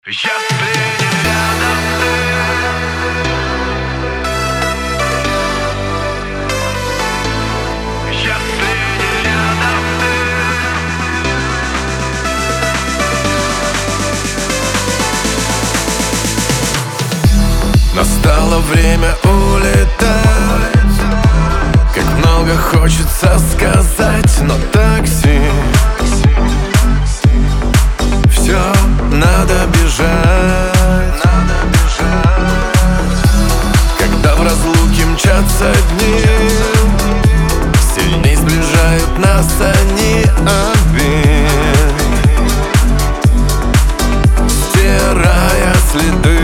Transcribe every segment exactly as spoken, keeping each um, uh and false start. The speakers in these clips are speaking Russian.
Если не рядом ты, если не рядом ты. Настало время улетать. Как много хочется сказать, но такси. Все, надо бежать. Когда в разлуке мчатся дни, сильней сближают нас они обид, стирая следы.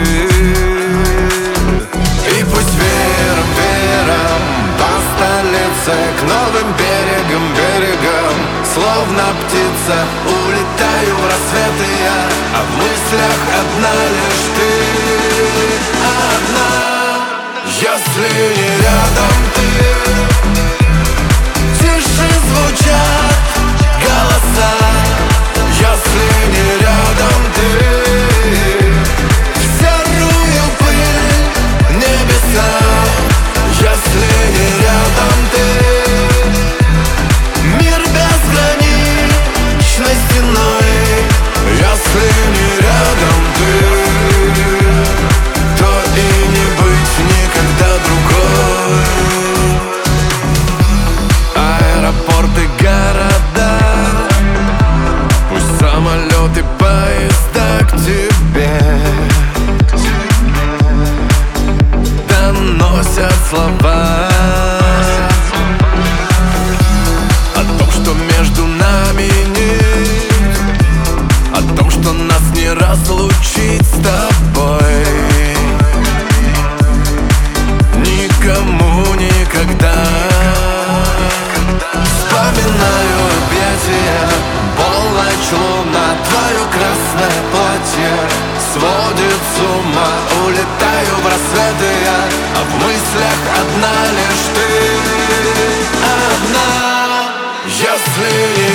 И пусть вером, вером по столице, к новым берегам, берегам, словно птица, улетаю в рассветы я, а в мыслях одна лишь ты, одна. Если не рядом ты, тише звучат голоса. Если не рядом ты, в серую пыль небеса. Если не рядом ты, мир безграничной стеной. Если не рядом ты, то и не быть никогда другой. Аэропорты, города, пусть самолеты, поезда к тебе доносят слова о том, что между нами нет, о том, что нас не разлучить с тобой никому никогда. Вспоминаю объятия, полночь, луна, твое красное платье сводит с ума. Улетаю в рассветы я, а в мыслях одна лишь ты, одна. Если